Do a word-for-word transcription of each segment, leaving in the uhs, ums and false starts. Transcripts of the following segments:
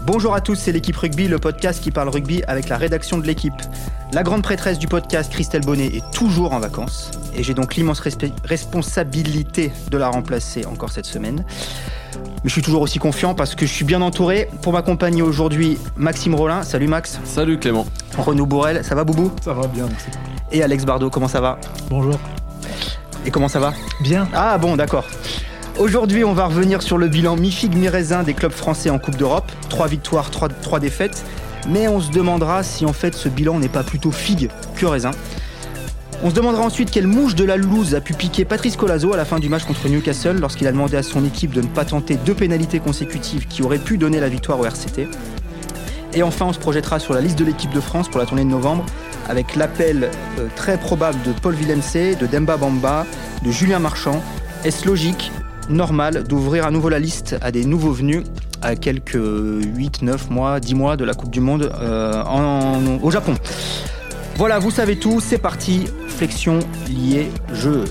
Bonjour à tous, c'est l'équipe rugby, le podcast qui parle rugby avec la rédaction de l'équipe. La grande prêtresse du podcast, Christelle Bonnet, est toujours en vacances et j'ai donc l'immense resp- responsabilité de la remplacer encore cette semaine. Mais je suis toujours aussi confiant parce que je suis bien entouré. Pour m'accompagner aujourd'hui, Maxime Rollin. Salut Max. Salut Clément. Renaud Bourrel, ça va Boubou ? Ça va bien, merci. Et Alex Bardot, comment ça va ? Bonjour. Et comment ça va ? Bien. Ah bon, d'accord. Aujourd'hui, on va revenir sur le bilan mi-figue mi-raisin des clubs français en Coupe d'Europe. Trois victoires, trois, trois défaites. Mais on se demandera si en fait ce bilan n'est pas plutôt figue que raisin. On se demandera ensuite quelle mouche de la loose a pu piquer Patrice Colazo à la fin du match contre Newcastle lorsqu'il a demandé à son équipe de ne pas tenter deux pénalités consécutives qui auraient pu donner la victoire au R C T. Et enfin, on se projettera sur la liste de l'équipe de France pour la tournée de novembre avec l'appel euh, très probable de Paul Villemc, de Demba Bamba, de Julien Marchand. Est-ce logique, normal d'ouvrir à nouveau la liste à des nouveaux venus à quelques huit, neuf mois, dix mois de la Coupe du Monde euh, en, au Japon ? Voilà, vous savez tout, c'est parti, flexion, liée, jeu.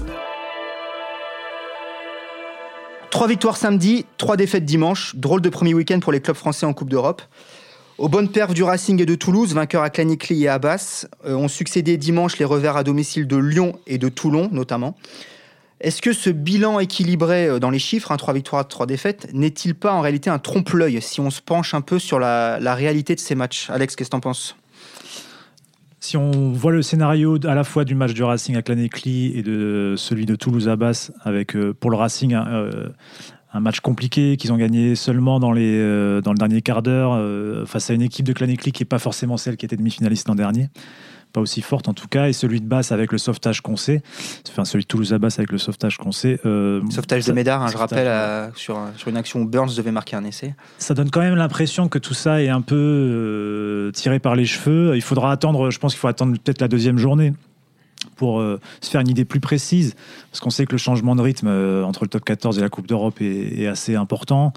Trois victoires samedi, trois défaites dimanche, drôle de premier week-end pour les clubs français en Coupe d'Europe. Aux bonnes perfs du Racing et de Toulouse, vainqueurs à Clanicly et à Basse, euh, ont succédé dimanche les revers à domicile de Lyon et de Toulon notamment. Est-ce que ce bilan équilibré dans les chiffres, hein, trois victoires, trois défaites, n'est-il pas en réalité un trompe-l'œil si on se penche un peu sur la, la réalité de ces matchs ? Alex, qu'est-ce que t'en penses ? Si on voit le scénario à la fois du match du Racing à Clanicly et de celui de Toulouse à Basse, avec euh, pour le Racing un, euh, un match compliqué qu'ils ont gagné seulement dans, les, euh, dans le dernier quart d'heure euh, face à une équipe de Clanicly qui n'est pas forcément celle qui était demi-finaliste l'an dernier, pas aussi forte en tout cas, et celui de Basse avec le sauvetage qu'on sait, enfin celui de Toulouse à Basse avec le sauvetage qu'on sait. Euh, sauvetage ça, de Médard, hein, je sauvetage, rappelle, à, sur, sur une action où Burns devait marquer un essai. Ça donne quand même l'impression que tout ça est un peu euh, tiré par les cheveux. Il faudra attendre, je pense qu'il faut attendre peut-être la deuxième journée pour euh, se faire une idée plus précise, parce qu'on sait que le changement de rythme euh, entre le top quatorze et la Coupe d'Europe est, est assez important.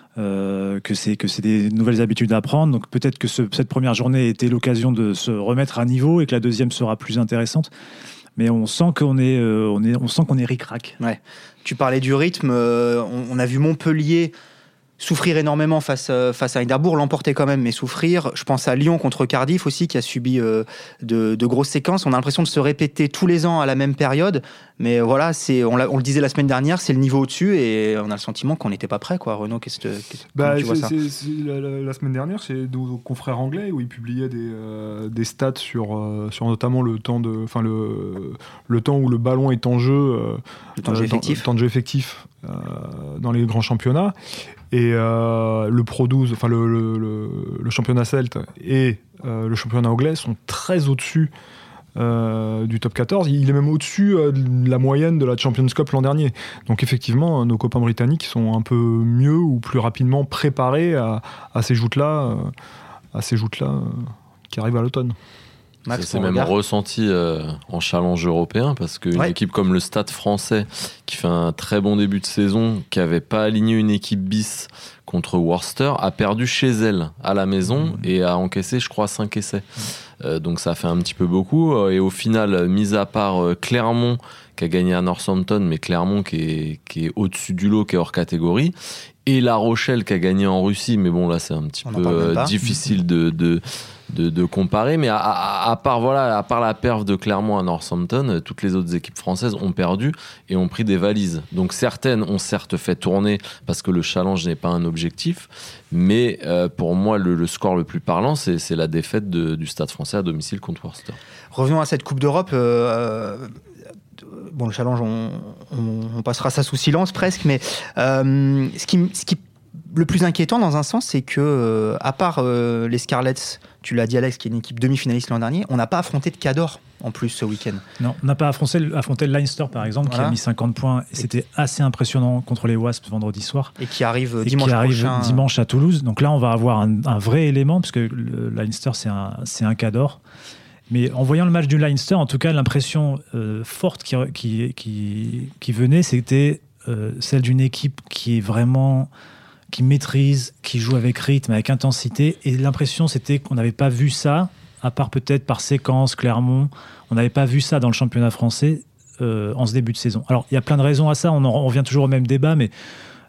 Euh, que, c'est, que c'est des nouvelles habitudes à apprendre. Donc peut-être que ce, cette première journée était l'occasion de se remettre à niveau et que la deuxième sera plus intéressante. Mais on sent qu'on est, euh, on est, on sent qu'on est ric-rac. Ouais. Tu parlais du rythme. Euh, on, on a vu Montpellier souffrir énormément face, euh, face à Édimbourg, l'emporter quand même, mais souffrir. Je pense à Lyon contre Cardiff aussi, qui a subi euh, de, de grosses séquences. On a l'impression de se répéter tous les ans à la même période. Mais voilà, c'est, on, on le disait la semaine dernière, c'est le niveau au-dessus et on a le sentiment qu'on n'était pas prêt, quoi. Renaud, qu'est-ce que qu'est-ce, bah, tu vois c'est, ça ? c'est, c'est la, la, la semaine dernière, chez nos confrères anglais, où ils publiaient des, euh, des stats sur, euh, sur notamment le temps, de, enfin le, le temps où le ballon est en jeu. Euh, le temps de jeu euh, effectif. Le temps de jeu effectif euh, dans les grands championnats. Et euh, le Pro douze, enfin le, le, le, le championnat celte et euh, le championnat anglais sont très au-dessus euh, du top quatorze. Il est même au-dessus euh, de la moyenne de la Champions Cup l'an dernier. Donc effectivement, nos copains britanniques sont un peu mieux ou plus rapidement préparés à, à ces joutes-là, euh, à ces joutes-là euh, qui arrivent à l'automne. Max, ça s'est même regard. ressenti euh, en challenge européen parce qu'une ouais. équipe comme le Stade français qui fait un très bon début de saison, qui n'avait pas aligné une équipe bis contre Worcester, a perdu chez elle à la maison mmh. et a encaissé je crois cinq essais. Mmh. Euh, donc ça fait un petit peu beaucoup et au final, mis à part euh, Clermont qui a gagné à Northampton, mais Clermont qui est, qui est au-dessus du lot, qui est hors catégorie, et La Rochelle qui a gagné en Russie, mais bon là c'est un petit On peu euh, difficile de... de De, de comparer, mais à, à, à part voilà, à part la perf de Clermont à Northampton, toutes les autres équipes françaises ont perdu et ont pris des valises. Donc certaines ont certes fait tourner parce que le challenge n'est pas un objectif, mais euh, pour moi le, le score le plus parlant c'est, c'est la défaite de, du Stade français à domicile contre Worcester. Revenons à cette Coupe d'Europe. Euh, bon, le challenge, on, on, on passera ça sous silence presque, mais euh, ce qui, ce qui le plus inquiétant dans un sens, c'est que euh, à part euh, les Scarlets, tu l'as dit Alex, qui est une équipe demi-finaliste l'an dernier, on n'a pas affronté de Cador en plus ce week-end. Non, on n'a pas affronté, affronté le Leinster par exemple, voilà. Qui a mis cinquante points. Et c'était assez impressionnant contre les Wasps vendredi soir. Et qui arrive et dimanche qui arrive prochain. dimanche à Toulouse. Donc là, on va avoir un, un vrai élément, puisque le Leinster, c'est un, c'est un Cador. Mais en voyant le match du Leinster, en tout cas, l'impression euh, forte qui, qui, qui, qui venait, c'était euh, celle d'une équipe qui est vraiment... qui maîtrise, qui joue avec rythme, avec intensité. Et l'impression, c'était qu'on n'avait pas vu ça, à part peut-être par séquence, Clermont. On n'avait pas vu ça dans le championnat français euh, en ce début de saison. Alors, il y a plein de raisons à ça. On, en, on revient toujours au même débat, mais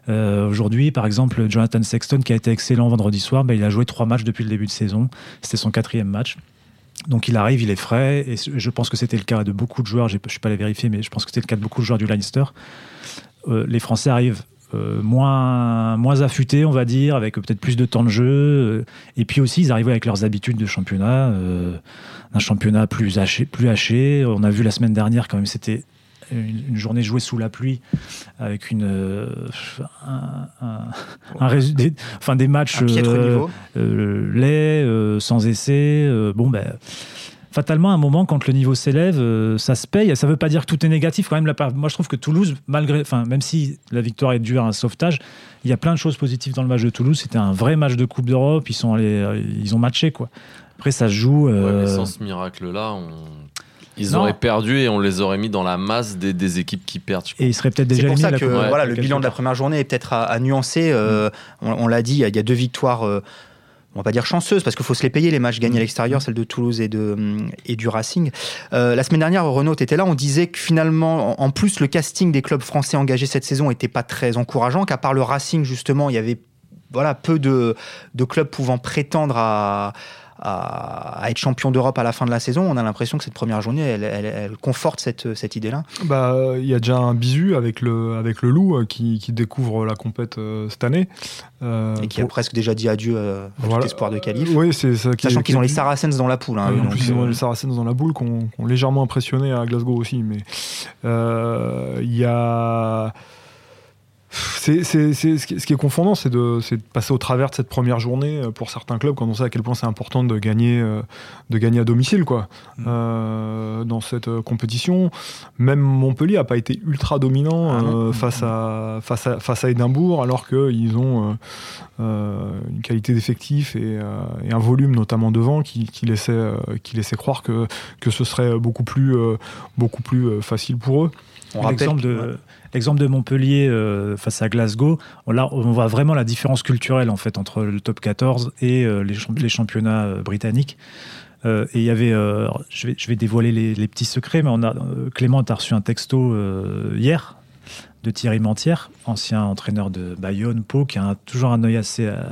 Euh, aujourd'hui, par exemple, Jonathan Sexton, qui a été excellent vendredi soir, bah, il a joué trois matchs depuis le début de saison. C'était son quatrième match. Donc il arrive, il est frais, et je pense que c'était le cas de beaucoup de joueurs, je ne suis pas allé vérifier, mais je pense que c'était le cas de beaucoup de joueurs du Leinster. Euh, les Français arrivent euh, moins, moins affûtés, on va dire, avec peut-être plus de temps de jeu, euh, et puis aussi ils arrivent avec leurs habitudes de championnat, euh, un championnat plus haché, plus haché. On a vu la semaine dernière quand même, c'était une, une journée jouée sous la pluie, avec une, euh, un, un, un résu- des, enfin, des matchs euh, euh, laids, euh, sans essai. Euh, bon, ben, fatalement, à un moment, quand le niveau s'élève, euh, ça se paye. Ça ne veut pas dire que tout est négatif. Quand même, la part... Moi, je trouve que Toulouse, malgré, enfin, même si la victoire est due à un sauvetage, il y a plein de choses positives dans le match de Toulouse. C'était un vrai match de Coupe d'Europe. Ils, sont allés, ils ont matché, quoi. Après, ça se joue. Euh... Ouais, mais sans ce miracle-là, on... ils non. auraient perdu et on les aurait mis dans la masse des, des équipes qui perdent. Et ils seraient peut-être déjà éliminés. C'est pour ça que ouais, voilà, le bilan de la première journée est peut-être à, à nuancer. Euh, mmh. on, on l'a dit, il y, y a deux victoires. Euh, on va pas dire chanceuses, parce qu'il faut se les payer, les matchs gagnés à l'extérieur, celle de Toulouse et, de, et du Racing. Euh, la semaine dernière, Renaud, tu étais là, on disait que finalement, en plus, le casting des clubs français engagés cette saison n'était pas très encourageant, qu'à part le Racing, justement, il y avait voilà, peu de, de clubs pouvant prétendre à... à être champion d'Europe à la fin de la saison. On a l'impression que cette première journée, elle, elle, elle conforte cette, cette idée-là. Bah, il y a déjà un bisu avec le, avec le Loup euh, qui, qui découvre la compète euh, cette année. Euh, Et qui pour... a presque déjà dit adieu euh, à voilà. tout espoir de qualif. Oui, c'est ça. Qui Sachant est, qu'ils ont est... les Saracens dans la poule. Hein, oui, en plus, ils ont les Saracens dans la poule qui ont, qui ont légèrement impressionné à Glasgow aussi. Mais il euh, y a... C'est, c'est, c'est, ce qui est confondant, c'est de, c'est de passer au travers de cette première journée pour certains clubs, quand on sait à quel point c'est important de gagner, de gagner à domicile, quoi. Mmh. Euh, dans cette compétition. Même Montpellier n'a pas été ultra dominant ah euh, face, à, face, à, face à Édimbourg, alors qu'ils ont euh, une qualité d'effectif et, euh, et un volume, notamment devant, qui, qui, laissait, euh, qui laissait croire que, que ce serait beaucoup plus, euh, beaucoup plus facile pour eux. On L'exemple de, ouais. l'exemple de Montpellier euh, face à Glasgow, on, là, on voit vraiment la différence culturelle en fait, entre le top quatorze et euh, les, champ- les championnats euh, britanniques. Euh, et il y avait, euh, je, vais, je vais dévoiler les, les petits secrets, mais on a, euh, Clément a reçu un texto euh, hier de Thierry Mantière, ancien entraîneur de Bayonne, Pau, qui a toujours un œil assez euh,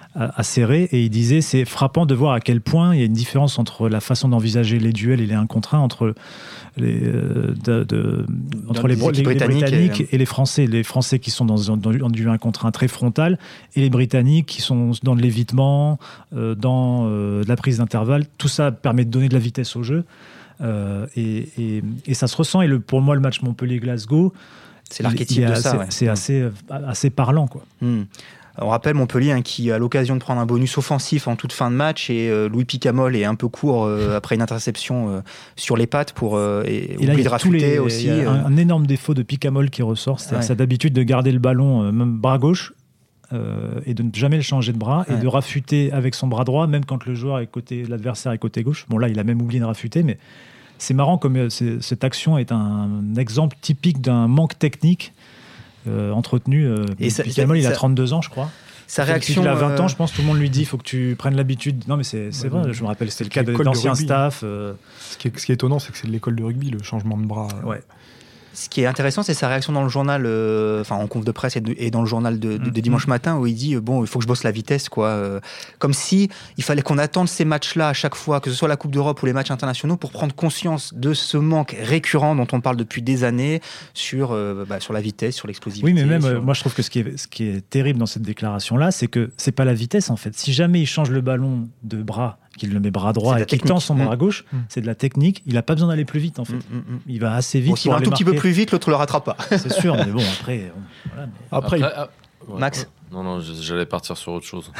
acéré, et il disait c'est frappant de voir à quel point il y a une différence entre la façon d'envisager les duels et les un contre un entre les, euh, de, de, entre les, les, les Britanniques et... et les Français. Les Français qui sont dans, dans, dans du un contre un très frontal, et les Britanniques qui sont dans de l'évitement, euh, dans euh, de la prise d'intervalle. Tout ça permet de donner de la vitesse au jeu, euh, et, et, et ça se ressent. Et le, pour moi, le match Montpellier-Glasgow, c'est l'archétype de ça. C'est, ouais. c'est assez, assez parlant, quoi. Mmh. On rappelle Montpellier hein, qui a l'occasion de prendre un bonus offensif en toute fin de match, et euh, Louis Picamol est un peu court euh, après une interception euh, sur les pattes pour euh, et, et là, oublie de rafuter aussi. Il y a un, un énorme défaut de Picamol qui ressort, c'est ouais. sa d'habitude de garder le ballon euh, même bras gauche euh, et de ne jamais le changer de bras ouais. et de rafuter avec son bras droit même quand le joueur est côté, l'adversaire est côté gauche. Bon là il a même oublié de rafuter, mais c'est marrant comme euh, c'est, cette action est un exemple typique d'un manque technique Euh, entretenu. Euh, et ça, Picamol, il a trente-deux ans, je crois. Sa réaction. Il a vingt ans, je pense. Tout le monde lui dit il faut que tu prennes l'habitude. Non, mais c'est, c'est bah, vrai, je me rappelle, c'était le cas de, d'anciens staff. Euh... Ce, qui est, ce qui est étonnant, c'est que c'est de l'école de rugby, le changement de bras. Ouais. Ce qui est intéressant, c'est sa réaction dans le journal, euh, enfin en conf de presse et, de, et dans le journal de, de, de dimanche matin, où il dit bon, il faut que je bosse la vitesse, quoi. Euh, comme si il fallait qu'on attende ces matchs-là à chaque fois, que ce soit la Coupe d'Europe ou les matchs internationaux, pour prendre conscience de ce manque récurrent dont on parle depuis des années sur euh, bah, sur la vitesse, sur l'explosivité. Oui, mais même sur... euh, moi, je trouve que ce qui est ce qui est terrible dans cette déclaration-là, c'est que c'est pas la vitesse en fait. Si jamais il change le ballon de bras, qu'il le met bras droit et qu'il tend son bras mmh. gauche, mmh. c'est de la technique. Il n'a pas besoin d'aller plus vite, en fait. Mmh. Il va assez vite. Bon, s'il va un tout marquer. Petit peu plus vite, l'autre ne le rattrape pas. C'est sûr, mais bon, après... Voilà, mais... Après, après ah, ouais, Max ouais. Non, non, j'allais partir sur autre chose.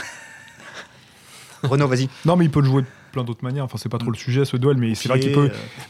Renaud, vas-y. Non, mais il peut le jouer de plein d'autres manières. Enfin, c'est pas trop le sujet, ce duel, mais c'est vrai qu'il peut...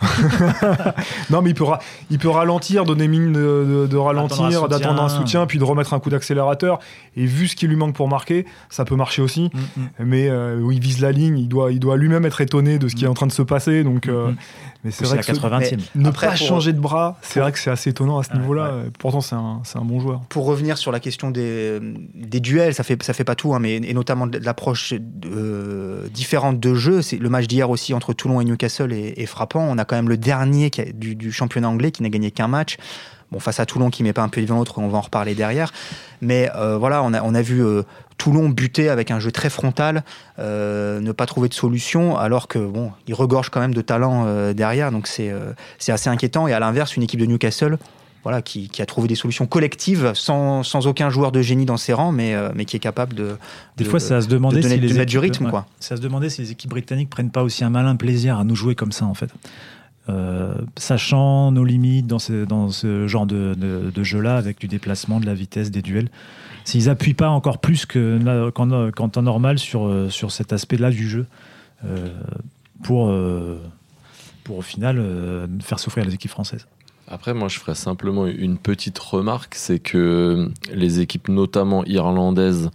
non, mais il peut, ra... il peut ralentir, donner mine de, de, de ralentir, attendre d'attendre un soutien, puis de remettre un coup d'accélérateur. Et vu ce qui lui manque pour marquer, ça peut marcher aussi. Mm-hmm. Mais euh, où il vise la ligne, il doit, il doit lui-même être étonné de ce qui est en train de se passer. Donc, euh, mm-hmm. mais c'est vrai que la quatre-vingtième. Ce... ne Après, pas pour... changer de bras, c'est pour... vrai que c'est assez étonnant à ce ah, niveau-là. Ouais. Pourtant, c'est un, c'est un bon joueur. Pour revenir sur la question des, des duels, ça fait, ça fait pas tout, hein, mais et notamment de l'approche euh, différente de jeu. C'est le match d'hier aussi entre Toulon et Newcastle est, est frappant. On a quand même le dernier qui a, du, du championnat anglais qui n'a gagné qu'un match. Bon, face à Toulon qui met pas un pied devant l'autre, on va en reparler derrière. Mais euh, voilà, on a, on a vu euh, Toulon buter avec un jeu très frontal, euh, ne pas trouver de solution, alors que bon, il regorge quand même de talent euh, derrière, donc c'est, euh, c'est assez inquiétant. Et à l'inverse, une équipe de Newcastle, voilà, qui, qui a trouvé des solutions collectives sans, sans aucun joueur de génie dans ses rangs, mais, euh, mais qui est capable de, des de, fois, ça a se demander de, donner, si les de mettre équipes, du rythme. Ouais, quoi. ça a se demander si les équipes britanniques prennent pas aussi un malin plaisir à nous jouer comme ça, en fait. Euh, sachant nos limites dans ce, dans ce genre de, de, de jeu-là, avec du déplacement, de la vitesse, des duels, s'ils appuient pas encore plus que, qu'en, qu'en temps normal sur, sur cet aspect-là du jeu, euh, pour, euh, pour au final euh, faire souffrir les équipes françaises. Après, moi, je ferais simplement une petite remarque, c'est que les équipes, notamment irlandaises,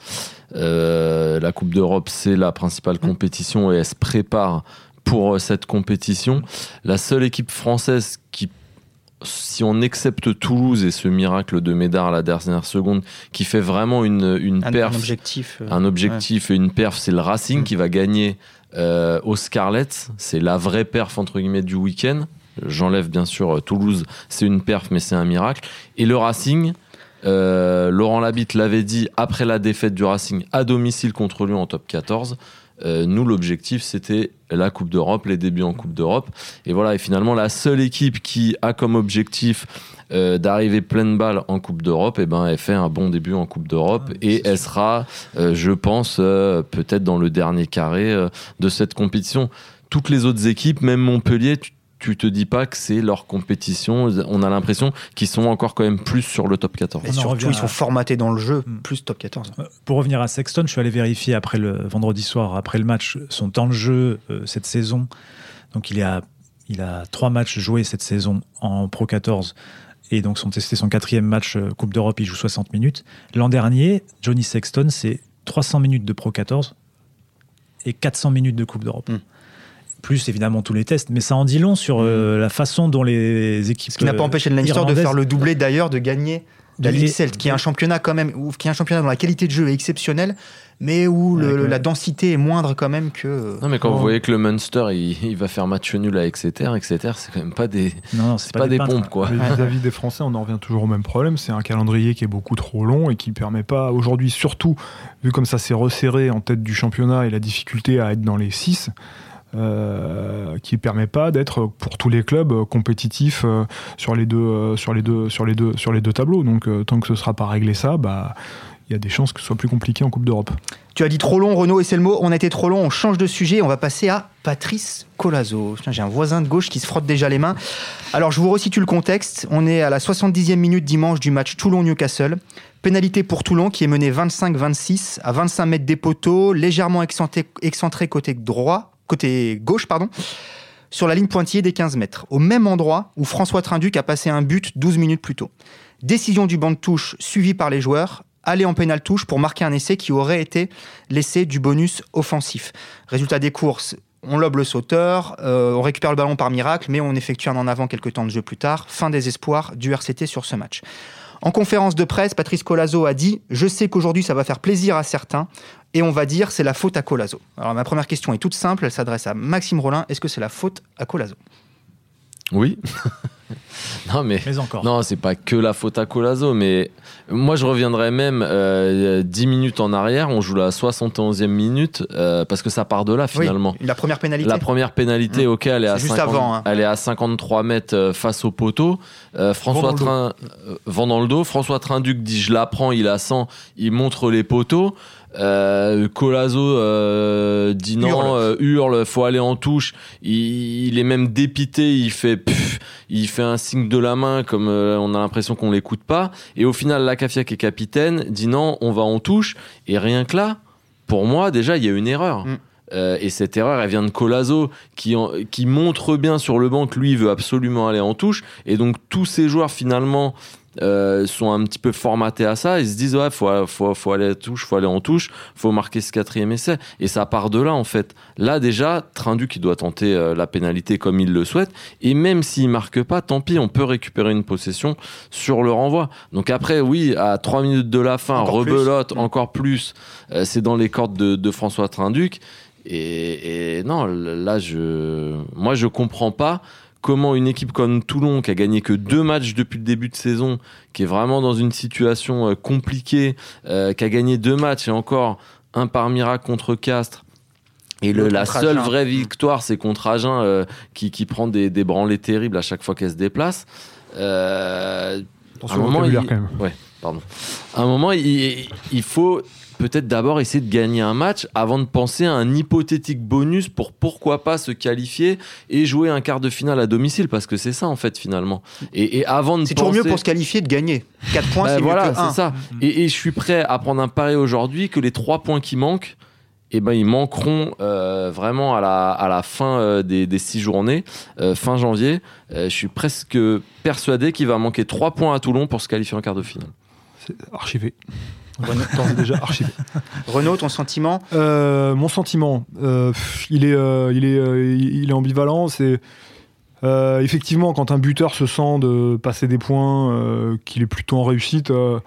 euh, la Coupe d'Europe, c'est la principale compétition et elles se préparent pour cette compétition. La seule équipe française qui, si on accepte Toulouse et ce miracle de Médard à la dernière seconde, qui fait vraiment une, une un, perf, un objectif, euh, un objectif ouais. et une perf, c'est le Racing mmh. qui va gagner euh, au Scarlets. C'est la vraie perf entre guillemets du week-end. J'enlève bien sûr Toulouse, c'est une perf, mais c'est un miracle. Et le Racing, euh, Laurent Labitte l'avait dit après la défaite du Racing à domicile contre Lyon en top quatorze. Euh, nous, l'objectif, c'était la Coupe d'Europe, les débuts en Coupe d'Europe. Et voilà, et finalement, la seule équipe qui a comme objectif euh, d'arriver pleine balle en Coupe d'Europe, eh ben, elle fait un bon début en Coupe d'Europe. Ah, et elle sûr. sera, euh, je pense, euh, peut-être dans le dernier carré euh, de cette compétition. Toutes les autres équipes, même Montpellier, tu tu te dis pas que c'est leur compétition. On a l'impression qu'ils sont encore quand même plus sur le top quatorze. Et surtout, ils sont formatés dans le jeu, plus top quatorze. Pour revenir à Sexton, je suis allé vérifier après le vendredi soir, après le match, son temps de jeu euh, cette saison. Donc il a, il a trois matchs joués cette saison en Pro quatorze. Et donc c'était son quatrième match euh, Coupe d'Europe, il joue soixante minutes. L'an dernier, Johnny Sexton, c'est trois cents minutes de Pro quatorze et quatre cents minutes de Coupe d'Europe. Mm. Plus évidemment tous les tests, mais ça en dit long sur euh, la façon dont les équipes. Ce qui n'a pas empêché le Leinster de faire le doublé d'ailleurs, de gagner la Ligue Celt, qui est un championnat quand même, qui est un championnat dont la qualité de jeu est exceptionnelle, mais où le, le, la densité est moindre quand même que. Non, mais quand oh. vous voyez que le Munster il, il va faire match nul à Exeter, Exeter c'est quand même pas des, non, non, c'est, c'est pas, pas des, des pompes quoi. Mais vis-à-vis des Français, on en revient toujours au même problème, c'est un calendrier qui est beaucoup trop long et qui permet pas aujourd'hui, surtout vu comme ça s'est resserré en tête du championnat et la difficulté à être dans les six. Euh, qui permet pas d'être pour tous les clubs euh, compétitifs euh, sur les deux euh, sur les deux sur les deux sur les deux tableaux. Donc euh, tant que ce sera pas réglé ça, bah il y a des chances que ce soit plus compliqué en Coupe d'Europe. Tu as dit trop long, Renaud, et c'est le mot. On a été trop long. On change de sujet. On va passer à Patrice Colazo. Tiens, j'ai un voisin de gauche qui se frotte déjà les mains. Alors je vous resitue le contexte. On est à la soixante-dixième minute dimanche du match Toulon-Newcastle. Pénalité pour Toulon qui est mené vingt-cinq vingt-six à vingt-cinq mètres des poteaux, légèrement excentré, excentré côté droit. côté gauche, pardon, sur la ligne pointillée des quinze mètres, au même endroit où François Trinduc a passé un but douze minutes plus tôt. Décision du banc de touche suivie par les joueurs, aller en pénal touche pour marquer un essai qui aurait été l'essai du bonus offensif. Résultat des courses, on lobe le sauteur, euh, on récupère le ballon par miracle, mais on effectue un en avant quelques temps de jeu plus tard. Fin des espoirs du R C T sur ce match. En conférence de presse, Patrice Colazo a dit « Je sais qu'aujourd'hui, ça va faire plaisir à certains, et on va dire c'est la faute à Colazo. » Alors ma première question est toute simple, elle s'adresse à Maxime Rollin. Est-ce que c'est la faute à Colazo ? Oui. non, mais, mais encore. Non, c'est pas que la faute à Colazo, mais moi je reviendrais même euh, dix minutes en arrière. On joue la soixante et onzième minute euh, parce que ça part de là finalement. Oui, la première pénalité. La première pénalité, mmh. ok, elle est, c'est à cinquante, avant, hein. elle est à cinquante-trois mètres euh, face au poteau. Euh, François Train, euh, vent dans le dos. François Trinduc dit je la prends, il a cent, il montre les poteaux. Euh, Colazo euh, dit non, hurle. Euh, hurle, faut aller en touche. Il, il est même dépité, il fait, pff, il fait un signe de la main comme euh, on a l'impression qu'on l'écoute pas. Et au final, Lacafia qui est capitaine dit non, on va en touche. Et rien que là, pour moi déjà, il y a une erreur. Mm. Euh, et cette erreur, elle vient de Colazo qui, en, qui montre bien sur le banc que lui veut absolument aller en touche. Et donc tous ces joueurs finalement Euh, sont un petit peu formatés à ça, ils se disent ouais faut, faut, faut aller en touche, faut aller en touche, faut marquer ce quatrième essai, et ça part de là en fait. Là déjà, Trinduc qui doit tenter euh, la pénalité comme il le souhaite, et même s'il marque pas, tant pis, on peut récupérer une possession sur le renvoi. Donc après oui, à trois minutes de la fin, encore rebelote, plus. encore plus, euh, c'est dans les cordes de, de François Trinduc, et, et non, là je moi je comprends pas comment une équipe comme Toulon, qui a gagné que deux matchs depuis le début de saison, qui est vraiment dans une situation euh, compliquée, euh, qui a gagné deux matchs et encore un par miracle contre Castres, et le, la seule Agen. vraie victoire, c'est contre Agen, euh, qui, qui prend des, des branlées terribles à chaque fois qu'elle se déplace. Euh, à un moment, il, quand même. Ouais, pardon. À un moment, il, il faut peut-être d'abord essayer de gagner un match avant de penser à un hypothétique bonus pour pourquoi pas se qualifier et jouer un quart de finale à domicile, parce que c'est ça en fait finalement. Et, et avant de c'est penser... toujours mieux pour se qualifier de gagner. quatre points, bah c'est voilà, mieux que un. C'est ça. Et, et je suis prêt à prendre un pari aujourd'hui que les trois points qui manquent, eh ben, ils manqueront euh, vraiment à la, à la fin euh, des, des six journées, euh, fin janvier. Euh, je suis presque persuadé qu'il va manquer trois points à Toulon pour se qualifier en quart de finale. C'est archivé. Renaud, déjà archivé. Renaud, ton sentiment ? euh, Mon sentiment, euh, il, est, euh, il, est, euh, il est ambivalent. C'est, euh, effectivement, quand un buteur se sent de passer des points, euh, qu'il est plutôt en réussite... Euh,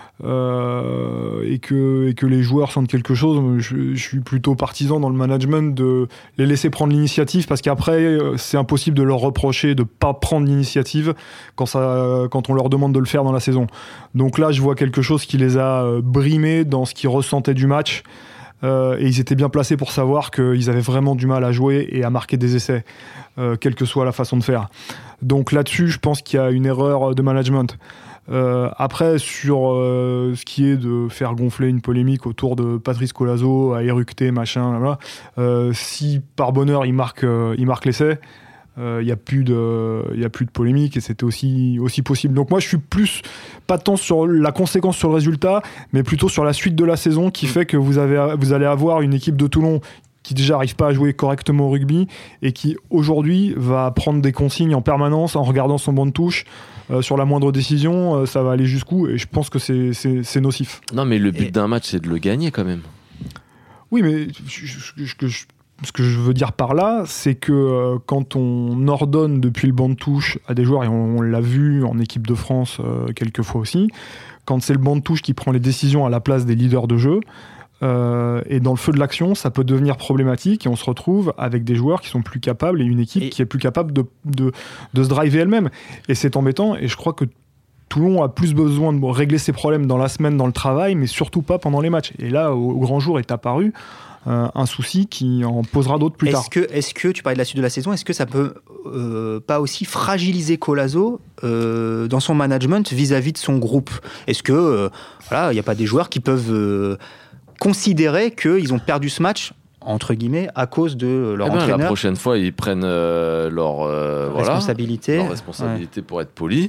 Euh, et, que, et que les joueurs sentent quelque chose, je, je suis plutôt partisan dans le management de les laisser prendre l'initiative, parce qu'après c'est impossible de leur reprocher de ne pas prendre l'initiative quand, ça, quand on leur demande de le faire dans la saison. Donc là je vois quelque chose qui les a brimés dans ce qu'ils ressentaient du match, euh, et ils étaient bien placés pour savoir qu'ils avaient vraiment du mal à jouer et à marquer des essais, euh, quelle que soit la façon de faire. Donc là-dessus je pense qu'il y a une erreur de management. Euh, après, sur euh, ce qui est de faire gonfler une polémique autour de Patrice Collazo à éructer, machin, voilà, euh, si par bonheur il marque, euh, il marque l'essai, il euh, n'y a plus de, il y a plus de polémique, et c'était aussi, aussi possible. Donc moi, je suis plus, pas tant sur la conséquence sur le résultat, mais plutôt sur la suite de la saison, qui mmh. fait que vous, avez, vous allez avoir une équipe de Toulon qui déjà n'arrive pas à jouer correctement au rugby, et qui aujourd'hui va prendre des consignes en permanence en regardant son banc de touche. Euh, sur la moindre décision, euh, ça va aller jusqu'où, et je pense que c'est, c'est, c'est nocif. Non, mais le but et... d'un match, c'est de le gagner quand même. Oui, mais je, je, je, je, ce que je veux dire par là, c'est que euh, quand on ordonne depuis le banc de touche à des joueurs, et on, on l'a vu en équipe de France euh, quelques fois aussi, quand c'est le banc de touche qui prend les décisions à la place des leaders de jeu, Euh, et dans le feu de l'action, ça peut devenir problématique, et on se retrouve avec des joueurs qui sont plus capables et une équipe et... qui est plus capable de, de, de se driver elle-même. Et c'est embêtant, et je crois que Toulon a plus besoin de régler ses problèmes dans la semaine, dans le travail, mais surtout pas pendant les matchs. Et là, au, au grand jour, est apparu euh, un souci qui en posera d'autres plus est-ce tard. Que, est-ce que, tu parlais de la suite de la saison, est-ce que ça peut euh, pas aussi fragiliser Collazo euh, dans son management vis-à-vis de son groupe ? Est-ce que, euh, voilà, il n'y a pas des joueurs qui peuvent... Euh, considérer qu'ils ont perdu ce match, entre guillemets, à cause de leur eh ben, entraîneur. La prochaine fois, ils prennent euh, leur, euh, responsabilité, voilà, leur responsabilité ouais. pour être polis.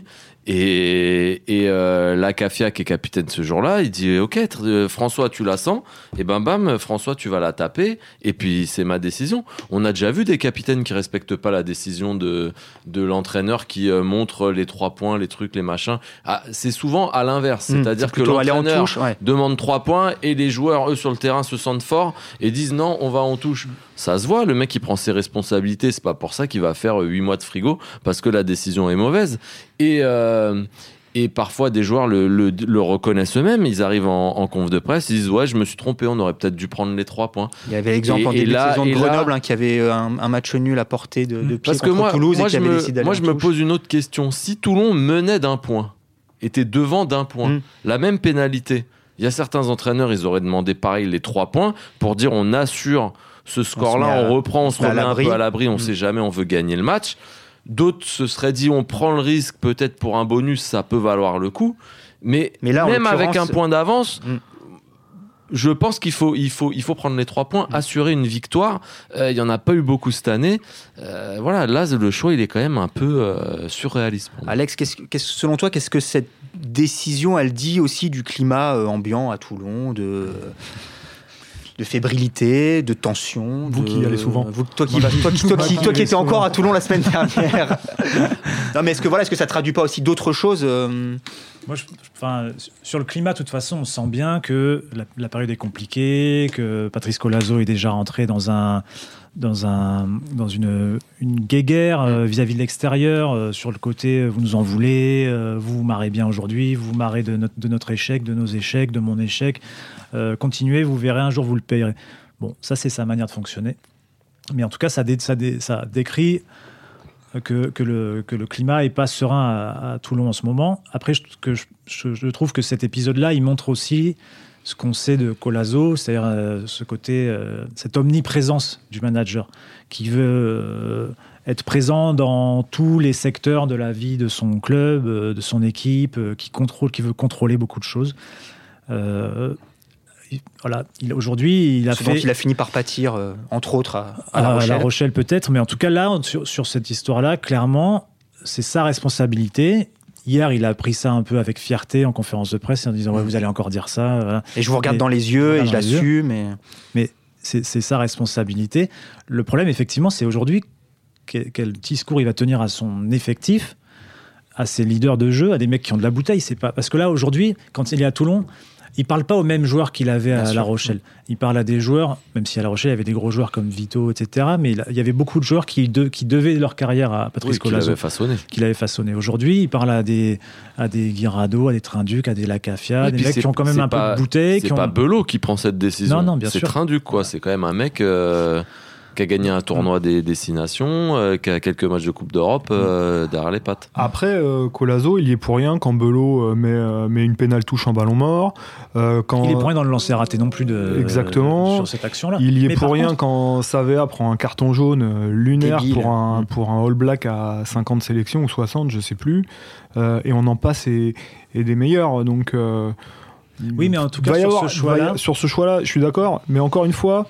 Et, et euh, la Cafia, qui est capitaine ce jour-là, il dit ok, euh, François, tu la sens, et ben bam, François, tu vas la taper, et puis c'est ma décision. On a déjà vu des capitaines qui respectent pas la décision de, de l'entraîneur, qui euh, montre les trois points, les trucs, les machins. Ah, c'est souvent à l'inverse, mmh, c'est-à-dire c'est que l'entraîneur touche, ouais. demande trois points, et les joueurs, eux, sur le terrain, se sentent forts et disent non, on va en touche. Ça se voit, le mec, il prend ses responsabilités, c'est pas pour ça qu'il va faire huit mois de frigo, parce que la décision est mauvaise. Et, euh, et parfois, des joueurs le, le, le reconnaissent eux-mêmes, ils arrivent en, en conf de presse, ils disent ouais, je me suis trompé, on aurait peut-être dû prendre les trois points. Il y avait l'exemple et, en début là, de saison de Grenoble, là, hein, qui avait un, un match nul à portée de, de pied parce contre que moi, Toulouse, moi, et qui avait me, décidé d'aller moi je me pose une autre question. Si Toulon menait d'un point, était devant d'un point, mmh. la même pénalité, il y a certains entraîneurs, ils auraient demandé pareil les trois points pour dire on assure ce score-là, on, on reprend, on se remet un peu à l'abri, on ne mmh. sait jamais, on veut gagner le match. D'autres se seraient dit, on prend le risque, peut-être pour un bonus, ça peut valoir le coup. Mais, Mais là, même avec un point d'avance, mmh. je pense qu'il faut, il faut, il faut prendre les trois points, mmh. assurer une victoire. Euh, il n'y en a pas eu beaucoup cette année. Euh, voilà, là, le choix, il est quand même un peu euh, surréaliste. Alex, qu'est-ce, qu'est-ce, selon toi, qu'est-ce que cette décision, elle dit aussi du climat euh, ambiant à Toulon, de... de fébrilité, de tension. Vous de... qui y allez souvent. Vous, toi qui, toi qui, toi qui, toi qui, toi qui étais encore à Toulon la semaine dernière. Non, mais est-ce que, voilà, est-ce que ça traduit pas aussi d'autres choses euh... Moi, je, enfin, sur le climat, de toute façon, on sent bien que la, la période est compliquée, que Patrice Collazo est déjà rentré dans un, dans un, dans une, une guéguerre euh, vis-à-vis de l'extérieur. Euh, sur le côté, vous nous en voulez, euh, vous vous marrez bien aujourd'hui, vous vous marrez de notre, de notre échec, de nos échecs, de mon échec. Euh, continuez, vous verrez, un jour vous le payerez. Bon, ça c'est sa manière de fonctionner. Mais en tout cas, ça, dé, ça, dé, ça décrit que, que, le, que le climat n'est pas serein à, à Toulon en ce moment. Après, je, que je, je, je trouve que cet épisode-là, il montre aussi ce qu'on sait de Collazo, c'est-à-dire euh, ce côté, euh, cette omniprésence du manager qui veut euh, être présent dans tous les secteurs de la vie de son club, euh, de son équipe, euh, qui contrôle, qui veut contrôler beaucoup de choses. Euh, Voilà, il, aujourd'hui, il a Ce fait. dont il a fini par pâtir, euh, entre autres, à, à, à La Rochelle. La Rochelle peut-être, mais en tout cas là, sur, sur cette histoire-là, clairement, c'est sa responsabilité. Hier, il a pris ça un peu avec fierté en conférence de presse en disant ouais, vous allez encore dire ça. Voilà. Et je vous regarde et, dans les yeux et je l'assume. Mais, mais c'est, c'est sa responsabilité. Le problème, effectivement, c'est aujourd'hui quel, quel discours il va tenir à son effectif, à ses leaders de jeu, à des mecs qui ont de la bouteille. C'est pas parce que là aujourd'hui, quand il est à Toulon. Il ne parle pas aux mêmes joueurs qu'il avait à La Rochelle. Il parle à des joueurs, même si à La Rochelle, il y avait des gros joueurs comme Vito, et cetera. Mais il y avait beaucoup de joueurs qui, de, qui devaient leur carrière à Patrice oui, Collazo. Qu'il avait façonné. Qu'il avait façonné. Aujourd'hui, il parle à des, à des Guirado, à des Trinduc, à des Lacafia, des mecs qui ont quand même un pas, peu de bouteille. C'est qui pas ont... Belot qui prend cette décision. Non, non, bien c'est sûr. Trinduc, quoi. C'est quand même un mec... Euh... qui a gagné un tournoi des destinations, euh, qui a quelques matchs de Coupe d'Europe euh, derrière les pattes. Après, euh, Collazo, il y est pour rien quand Belot euh, met, euh, met une pénale touche en ballon mort. Euh, quand... Il est pour rien dans le lancer raté non plus de, Exactement. euh, sur cette action-là. Il y est Mais pour rien contre... quand Savea prend un carton jaune euh, lunaire débile. pour un, pour un All Black à cinquante sélections ou soixante, je sais plus. Euh, et on en passe et, et des meilleurs. Donc, euh, oui, mais en tout cas, sur, avoir, ce choix-là... y, sur ce choix-là, je suis d'accord. Mais encore une fois,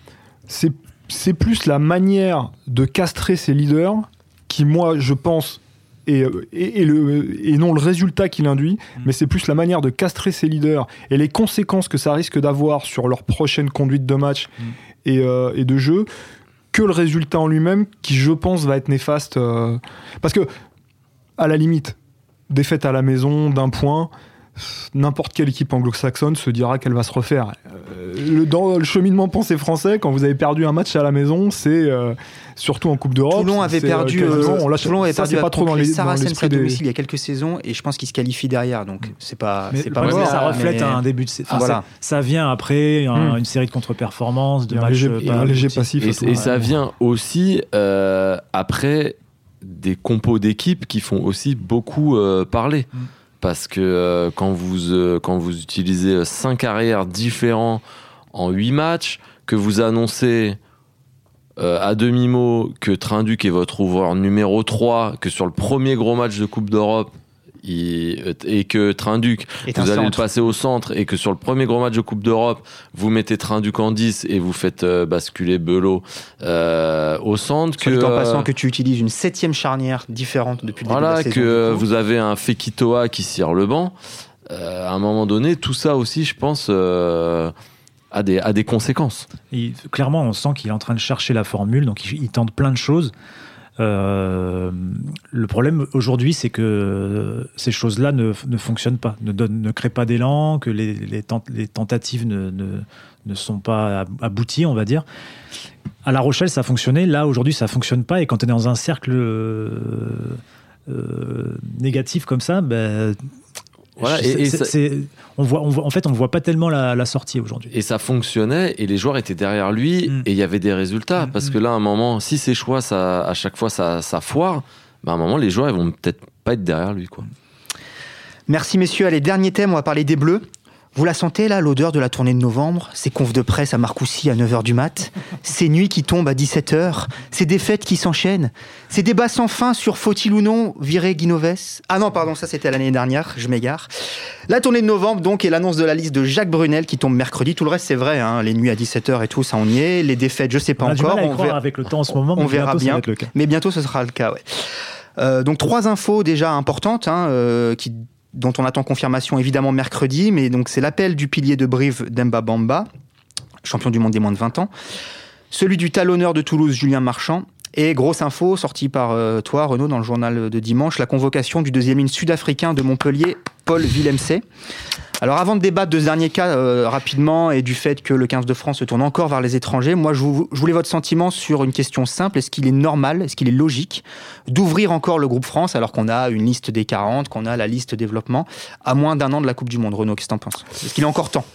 c'est c'est plus la manière de castrer ses leaders qui, moi, je pense, et, et, et, le, et non le résultat qu'il induit, mmh. mais c'est plus la manière de castrer ses leaders et les conséquences que ça risque d'avoir sur leur prochaine conduite de match mmh. et, euh, et de jeu que le résultat en lui-même qui, je pense, va être néfaste. Euh, parce que, à la limite, défaite à la maison d'un point... N'importe quelle équipe anglo-saxonne se dira qu'elle va se refaire. Euh, le, dans le cheminement pensée français, quand vous avez perdu un match à la maison, c'est euh, surtout en Coupe d'Europe. Toulon avait perdu. Euh, euh, on lâche, Toulon avait ça, perdu c'est pas trop dans les Saracens à des... domicile il y a quelques saisons, et je pense qu'ils se qualifient derrière. Donc c'est pas. Mais, c'est pas ouais, mort, ça reflète mais... un début de. Enfin, voilà. ça, ça vient après un, mmh. une série de contre-performances, de et matchs. Un léger, pas un léger passif. Et, et, et ça vient aussi euh, après des compos d'équipes qui font aussi beaucoup euh, parler. Mmh. Parce que euh, quand, vous, euh, quand vous utilisez cinq arrières différents en huit matchs, que vous annoncez euh, à demi-mot que Trinduc est votre ouvreur numéro trois, que sur le premier gros match de Coupe d'Europe, il, et que Trinduc, et vous allez centre. le passer au centre, et que sur le premier gros match de Coupe d'Europe, vous mettez Trinduc en dix et vous faites euh, basculer Belot euh, au centre. Soit que, en passant que tu utilises une septième charnière différente depuis le voilà, début de la saison. Voilà, que vous avez un Fekitoa qui cire le banc. Euh, à un moment donné, tout ça aussi, je pense, euh, a, des, a des conséquences. Et clairement, on sent qu'il est en train de chercher la formule, donc il, il tente plein de choses. Euh, le problème aujourd'hui, c'est que ces choses-là ne, ne fonctionnent pas, ne, donnent, ne créent pas d'élan, que les, les, tent, les tentatives ne, ne, ne sont pas abouties, on va dire. À La Rochelle, ça fonctionnait. Là, aujourd'hui, ça fonctionne pas. Et quand on est dans un cercle euh, euh, négatif comme ça, ben, voilà, et, c'est, et c'est, ça... c'est, on voit, on voit, en fait, on ne voit pas tellement la, la sortie aujourd'hui. Et ça fonctionnait, et les joueurs étaient derrière lui, mmh. et il y avait des résultats. Mmh. Parce que là, à un moment, si ses choix, ça, à chaque fois, ça, ça foire, ben à un moment, les joueurs, ils vont peut-être pas être derrière lui, quoi. Merci messieurs. Allez, dernier thème, on va parler des Bleus. Vous la sentez là, l'odeur de la tournée de novembre, ces confs de presse à Marcoussis à neuf heures du mat, ces nuits qui tombent à dix-sept heures, ces défaites qui s'enchaînent, ces débats sans fin sur faut-il ou non virer Guinoves. Ah non, pardon, ça c'était l'année dernière, je m'égare. La tournée de novembre donc, et l'annonce de la liste de Jacques Brunel qui tombe mercredi. Tout le reste c'est vrai, hein, les nuits à dix-sept heures et tout, ça on y est. Les défaites, je sais pas on encore. A du mal à y on croire verra avec le temps en ce moment, on mais verra bien. Ça va être le cas. Mais bientôt ce sera le cas, ouais. Euh, donc trois infos déjà importantes hein, euh, qui dont on attend confirmation évidemment mercredi, mais donc c'est l'appel du pilier de Brive Demba Bamba, champion du monde des moins de vingt ans, celui du talonneur de Toulouse Julien Marchand, et grosse info sortie par euh, toi Renaud dans le journal de dimanche, la convocation du deuxième ligne sud-africain de Montpellier, Paul Willemse. Alors avant de débattre de ce dernier cas euh, rapidement et du fait que le quinze de France se tourne encore vers les étrangers, moi je, vous, je voulais votre sentiment sur une question simple. Est-ce qu'il est normal, est-ce qu'il est logique d'ouvrir encore le groupe France alors qu'on a une liste des quarante, qu'on a la liste développement à moins d'un an de la Coupe du Monde? Renaud, qu'est-ce que t'en penses? Est-ce qu'il est encore temps?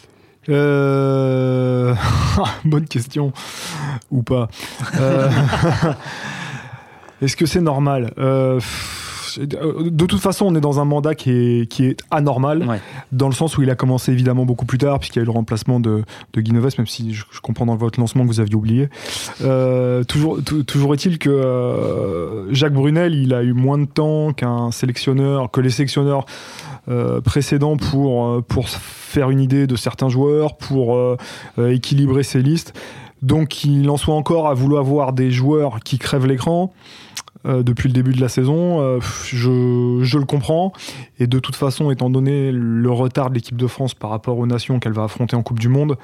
euh... Bonne question. Ou pas. euh... Est-ce que c'est normal ? euh, De toute façon, on est dans un mandat qui est, qui est anormal, ouais. dans le sens où il a commencé évidemment beaucoup plus tard, puisqu'il y a eu le remplacement de, de Guy Novès, même si je, je comprends dans votre lancement que vous aviez oublié. Euh, toujours, t- toujours est-il que euh, Jacques Brunel, il a eu moins de temps qu'un sélectionneur, que les sélectionneurs euh, précédents pour, pour faire une idée de certains joueurs, pour euh, équilibrer ses listes. Donc qu'il en soit encore à vouloir avoir des joueurs qui crèvent l'écran euh, depuis le début de la saison, euh, je, je le comprends. Et de toute façon, étant donné le retard de l'équipe de France par rapport aux nations qu'elle va affronter en Coupe du Monde,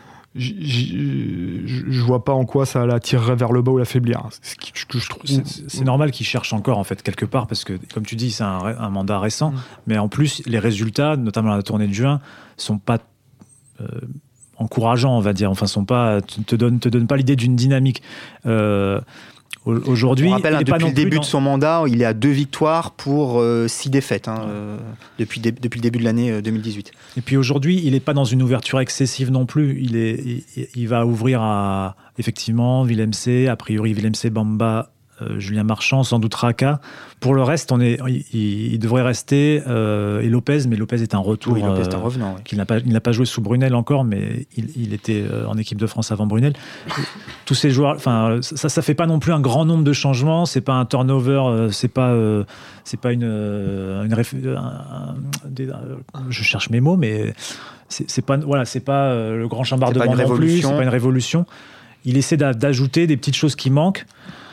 je vois pas en quoi ça la tirerait vers le bas ou l'affaiblir. C'est, ce que je trouve. C'est, c'est normal qu'ils cherchent encore, en fait, quelque part, parce que, comme tu dis, c'est un, un mandat récent. Mmh. Mais en plus, les résultats, notamment à la tournée de juin, sont pas euh, encourageants, on va dire. Enfin, sont pas, te, te donnent te donnent pas l'idée d'une dynamique. Euh, Aujourd'hui, on rappelle, hein, depuis le début dans... de son mandat, il est à deux victoires pour euh, six défaites hein, euh, depuis, dé- depuis le début de l'année euh, deux mille dix-huit. Et puis aujourd'hui, il n'est pas dans une ouverture excessive non plus. Il, est, il, il va ouvrir à, effectivement, Willem C, a priori Willem C, Bamba, euh, Julien Marchand, sans doute Raka. Pour le reste, on est, il, il devrait rester euh, et Lopez, mais Lopez est un retour. Oui, Lopez est un revenant. Oui. Qu'il n'a pas, il n'a pas joué sous Brunel encore, mais il, il était euh, en équipe de France avant Brunel. Tous ces joueurs, enfin, ça, ça fait pas non plus un grand nombre de changements. C'est pas un turnover, euh, c'est pas, euh, c'est pas une, euh, une réf... un, un, des, euh, je cherche mes mots, mais c'est, c'est pas, voilà, c'est pas euh, le grand chambardement non plus. C'est pas une révolution. Il essaie d'a, d'ajouter des petites choses qui manquent.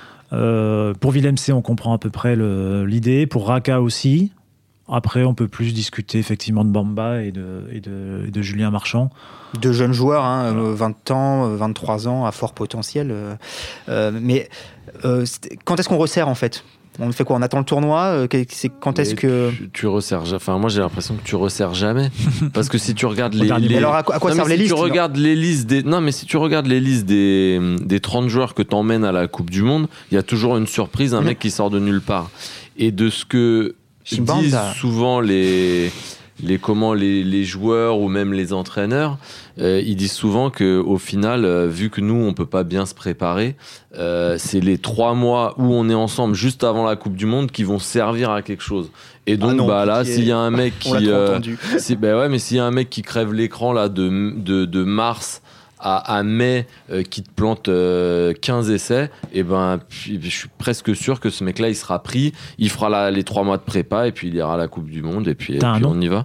Euh, pour Willem C, on comprend à peu près le, l'idée. Pour Raka aussi. Après, on peut plus discuter effectivement de Bamba et de, et de, et de Julien Marchand. Deux jeunes joueurs, hein, voilà. vingt ans, vingt-trois ans, à fort potentiel. Euh, mais euh, quand est-ce qu'on resserre en fait ? On fait quoi ? On attend le tournoi ? C'est quand est-ce que tu, tu resserres ? Enfin, moi j'ai l'impression que tu resserres jamais, parce que si tu regardes les, les... alors à quoi, à quoi non, servent les si listes ? Tu regardes les listes des non, mais si tu regardes les listes des des trente joueurs que t'emmènes à la Coupe du Monde, il y a toujours une surprise, un mmh. mec qui sort de nulle part. Et de ce que Chimbanda. disent souvent les les comment les, les joueurs ou même les entraîneurs, euh, ils disent souvent que au final, euh, vu que nous on peut pas bien se préparer, euh, c'est les trois mois où on est ensemble juste avant la Coupe du Monde qui vont servir à quelque chose. Et donc ah non, bah là, s'il y a un mec qui, euh, c'est, bah ouais, mais s'il y a un mec qui crève l'écran là de de, de mars à, à mai euh, qui te plante euh, quinze essais, et ben je suis presque sûr que ce mec-là il sera pris, il fera la, les trois mois de prépa et puis il ira à la Coupe du Monde et puis, et puis on y va.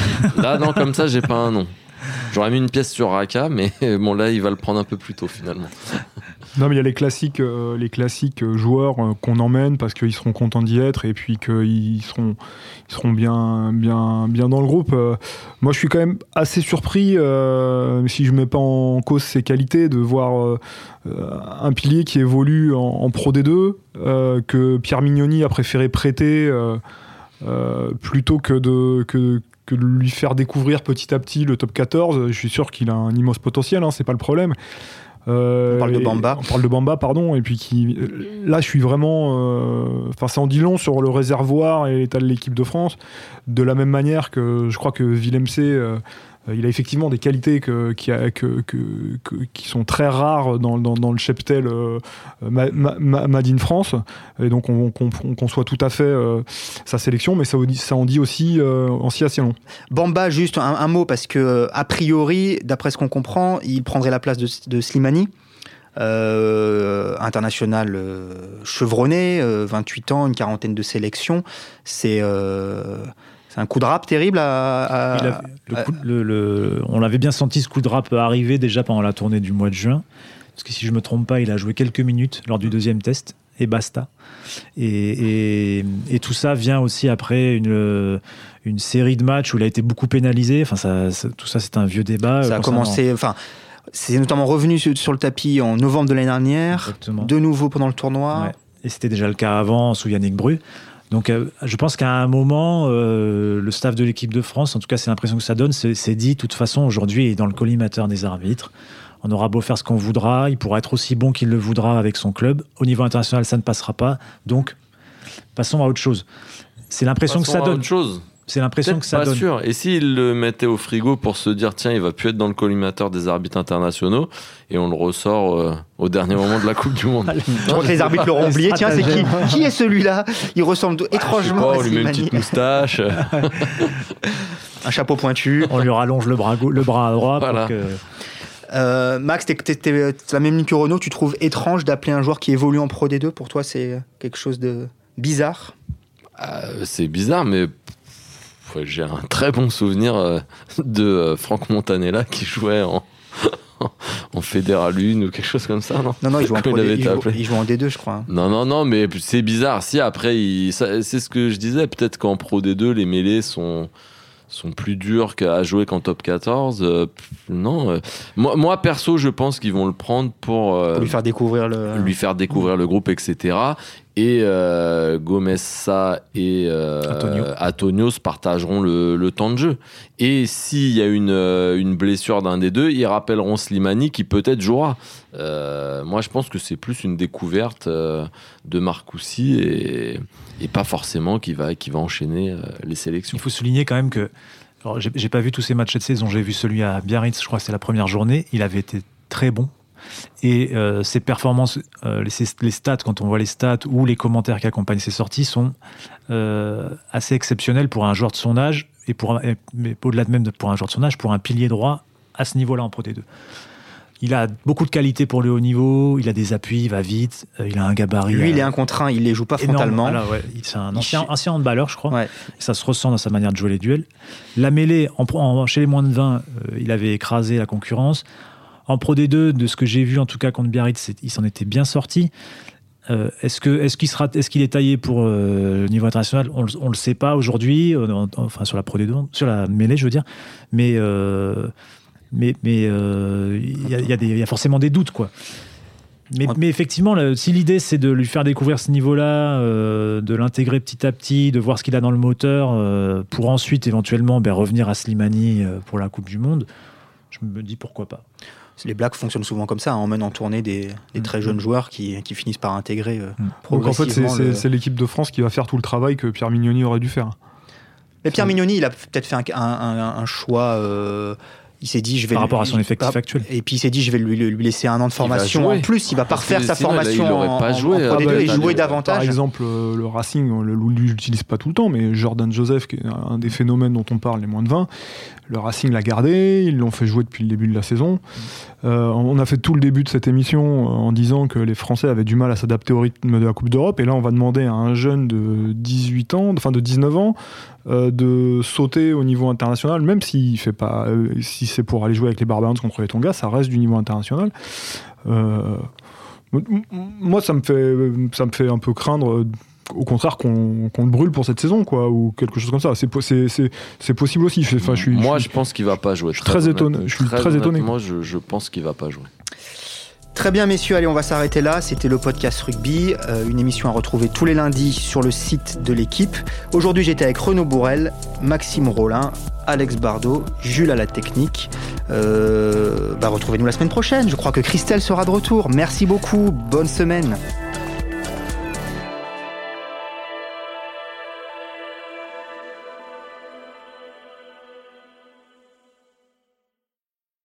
Là non, comme ça j'ai pas un nom. J'aurais mis une pièce sur Raka, mais bon là il va le prendre un peu plus tôt finalement. Non, mais il y a les classiques, euh, les classiques joueurs euh, qu'on emmène parce qu'ils seront contents d'y être et puis qu'ils seront, ils seront bien, bien, bien dans le groupe. Euh, moi, je suis quand même assez surpris, euh, si je ne mets pas en cause ses qualités, de voir euh, un pilier qui évolue en, en Pro D deux, euh, que Pierre Mignoni a préféré prêter euh, euh, plutôt que de... Que, que de lui faire découvrir petit à petit le top quatorze. Je suis sûr qu'il a un immense potentiel, hein, c'est pas le problème. Euh, on parle de Bamba. On parle de Bamba, pardon. Et puis qui, là, je suis vraiment. Enfin, euh, ça en dit long sur le réservoir et l'état de l'équipe de France. De la même manière que je crois que Willem C, euh, il a effectivement des qualités que, qui, a, que, que, que, qui sont très rares dans, dans, dans le cheptel euh, ma, ma, Made in France. Et donc, on, on, on conçoit tout à fait euh, sa sélection, mais ça, ça en dit aussi, euh, aussi assez long. Bamba, juste un, un mot, parce que a priori, d'après ce qu'on comprend, il prendrait la place de, de Slimani. Euh, international euh, chevronné, euh, vingt-huit ans, une quarantaine de sélections. C'est... Euh C'est un coup de rap terrible à... à, a, le coup, le, le, on l'avait bien senti, ce coup de rap arriver déjà pendant la tournée du mois de juin. Parce que si je ne me trompe pas, il a joué quelques minutes lors du deuxième test. Et basta. Et, et, et tout ça vient aussi après une, une série de matchs où il a été beaucoup pénalisé. Enfin, ça, ça, tout ça, c'est un vieux débat. Ça a commencé... Enfin, c'est notamment revenu sur, sur le tapis en novembre de l'année dernière. Exactement. De nouveau pendant le tournoi. Ouais. Et c'était déjà le cas avant, sous Yannick Bru. Donc, euh, je pense qu'à un moment, euh, le staff de l'équipe de France, en tout cas, c'est l'impression que ça donne, c'est, c'est dit, de toute façon, aujourd'hui, il est dans le collimateur des arbitres. On aura beau faire ce qu'on voudra, il pourra être aussi bon qu'il le voudra avec son club. Au niveau international, ça ne passera pas. Donc, passons à autre chose. C'est l'impression passons que ça à donne. Autre chose. C'est l'impression Peut-être que ça pas donne. sûr. Et s'il le mettait au frigo pour se dire tiens, il va plus être dans le collimateur des arbitres internationaux et on le ressort euh, au dernier moment de la Coupe du Monde. Je crois que les arbitres l'auront oublié. Tiens, c'est qui Qui est celui-là? Il ressemble étrangement ah, à on lui met une Slimani. petite moustache. Un chapeau pointu. On lui rallonge le bras, le bras à droite. Voilà. Pour que... Euh, Max, t'es, t'es, t'es, t'es la même ligne que Renaud. Tu trouves étrange d'appeler un joueur qui évolue en Pro D deux? Pour toi, c'est quelque chose de bizarre? Euh, c'est bizarre, mais j'ai un très bon souvenir euh, de euh, Franck Montanella qui jouait en, en Fédéral un ou quelque chose comme ça, non? Non, non, il joue en, Quand Pro il D, avait il été joue, appelé. il joue en D deux, je crois. hein. Non, non, non, mais c'est bizarre. Si, après, il, ça, c'est ce que je disais. Peut-être qu'en Pro D deux, les mêlées sont, sont plus dures qu'à jouer qu'en Top quatorze. Euh, non. Euh, moi, moi, perso, je pense qu'ils vont le prendre pour, euh, Pour lui faire découvrir le. lui faire découvrir le groupe, et cetera. Et euh, Gomez-Sa et euh, Antonio. Antonio se partageront le, le temps de jeu. Et s'il y a une, euh, une blessure d'un des deux, ils rappelleront Slimani qui peut-être jouera. Euh, moi, je pense que c'est plus une découverte euh, de Marcoussis et, et pas forcément qui va, qui va enchaîner euh, les sélections. Il faut souligner quand même que. Alors, j'ai, j'ai pas vu tous ces matchs de saison. J'ai vu celui à Biarritz, je crois que c'était la première journée. Il avait été très bon. Et euh, ses performances, euh, les, les stats, quand on voit les stats ou les commentaires qui accompagnent ses sorties, sont euh, assez exceptionnels pour un joueur de son âge, et pour un, et, mais au-delà de même de, pour un joueur de son âge, pour un pilier droit à ce niveau-là en Pro D deux. Il a beaucoup de qualités pour le haut niveau, il a des appuis, il va vite, euh, il a un gabarit. Lui, il est euh, un contre un, il les joue pas énorme. frontalement. Voilà, ouais. Il- C'est un Il ancien, ch- ancien handballeur, je crois. Ouais. Et ça se ressent dans sa manière de jouer les duels. La mêlée, en, pro- en- chez les moins de vingt, euh, il avait écrasé la concurrence. En Pro D deux, de ce que j'ai vu, en tout cas contre Biarritz, c'est- il s'en était bien sorti. Euh, est-ce, que, est-ce, qu'il sera, est-ce qu'il est taillé pour euh, le niveau international? On ne le sait pas aujourd'hui, euh, en- enfin sur la Pro D deux, sur la mêlée, je veux dire. Mais euh, mais mais euh, il y, a- il y a des- il y a forcément des doutes, quoi. Mais, Ouais. mais effectivement, là, si l'idée c'est de lui faire découvrir ce niveau-là, euh, de l'intégrer petit à petit, de voir ce qu'il a dans le moteur, euh, pour ensuite éventuellement ben, revenir à Slimani euh, pour la Coupe du Monde, je me dis pourquoi pas. Les Blacks fonctionnent souvent comme ça, hein, emmènent en tournée des, des très jeunes joueurs qui, qui finissent par intégrer euh, Donc en fait, c'est, progressivement. c'est, le- c'est l'équipe de France qui va faire tout le travail que Pierre Mignoni aurait dû faire. Mais Pierre Mignoni, il a peut-être fait un, un- un- un choix. euh, il s'est dit, je vais Par lui- rapport à son effectif ah, actuel. Et puis il s'est dit, je vais lui, lui laisser un an de formation jouer. en plus. Il va pas refaire sa Sinon, il a- formation il aurait en, pas en- joué, en Pro D deux euh, et Par jouer Par davantage. exemple, euh, le Racing, on ne l'utilise pas tout le temps, mais Jordan Joseph, qui est un des phénomènes dont on parle, les moins de vingt, le Racing l'a gardé, ils l'ont fait jouer depuis le début de la saison. Euh, on a fait tout le début de cette émission en disant que les Français avaient du mal à s'adapter au rythme de la Coupe d'Europe, et là on va demander à un jeune de dix-huit ans, enfin de dix-neuf ans, euh, de sauter au niveau international, même s'il fait pas, euh, si c'est pour aller jouer avec les Barbarians contre les Tonga, ça reste du niveau international. Euh, m- m- moi, ça me fait, ça me fait un peu craindre. euh, Au contraire, qu'on, qu'on le brûle pour cette saison, quoi, ou quelque chose comme ça. C'est, po- c'est, c'est, c'est possible aussi. Je, enfin, je suis, Moi, je je suis- pense qu'il va pas jouer. je suis très étonné- je suis très étonné. Moi, je, je pense qu'il va pas jouer. Très bien, messieurs, allez, on va s'arrêter là. C'était le podcast Rugby, euh, une émission à retrouver tous les lundis sur le site de l'équipe. Aujourd'hui, j'étais avec Renaud Bourrel, Maxime Rollin, Alex Bardot, Jules à la technique. Euh, bah, retrouvez-nous la semaine prochaine. Je crois que Christelle sera de retour. Merci beaucoup. Bonne semaine.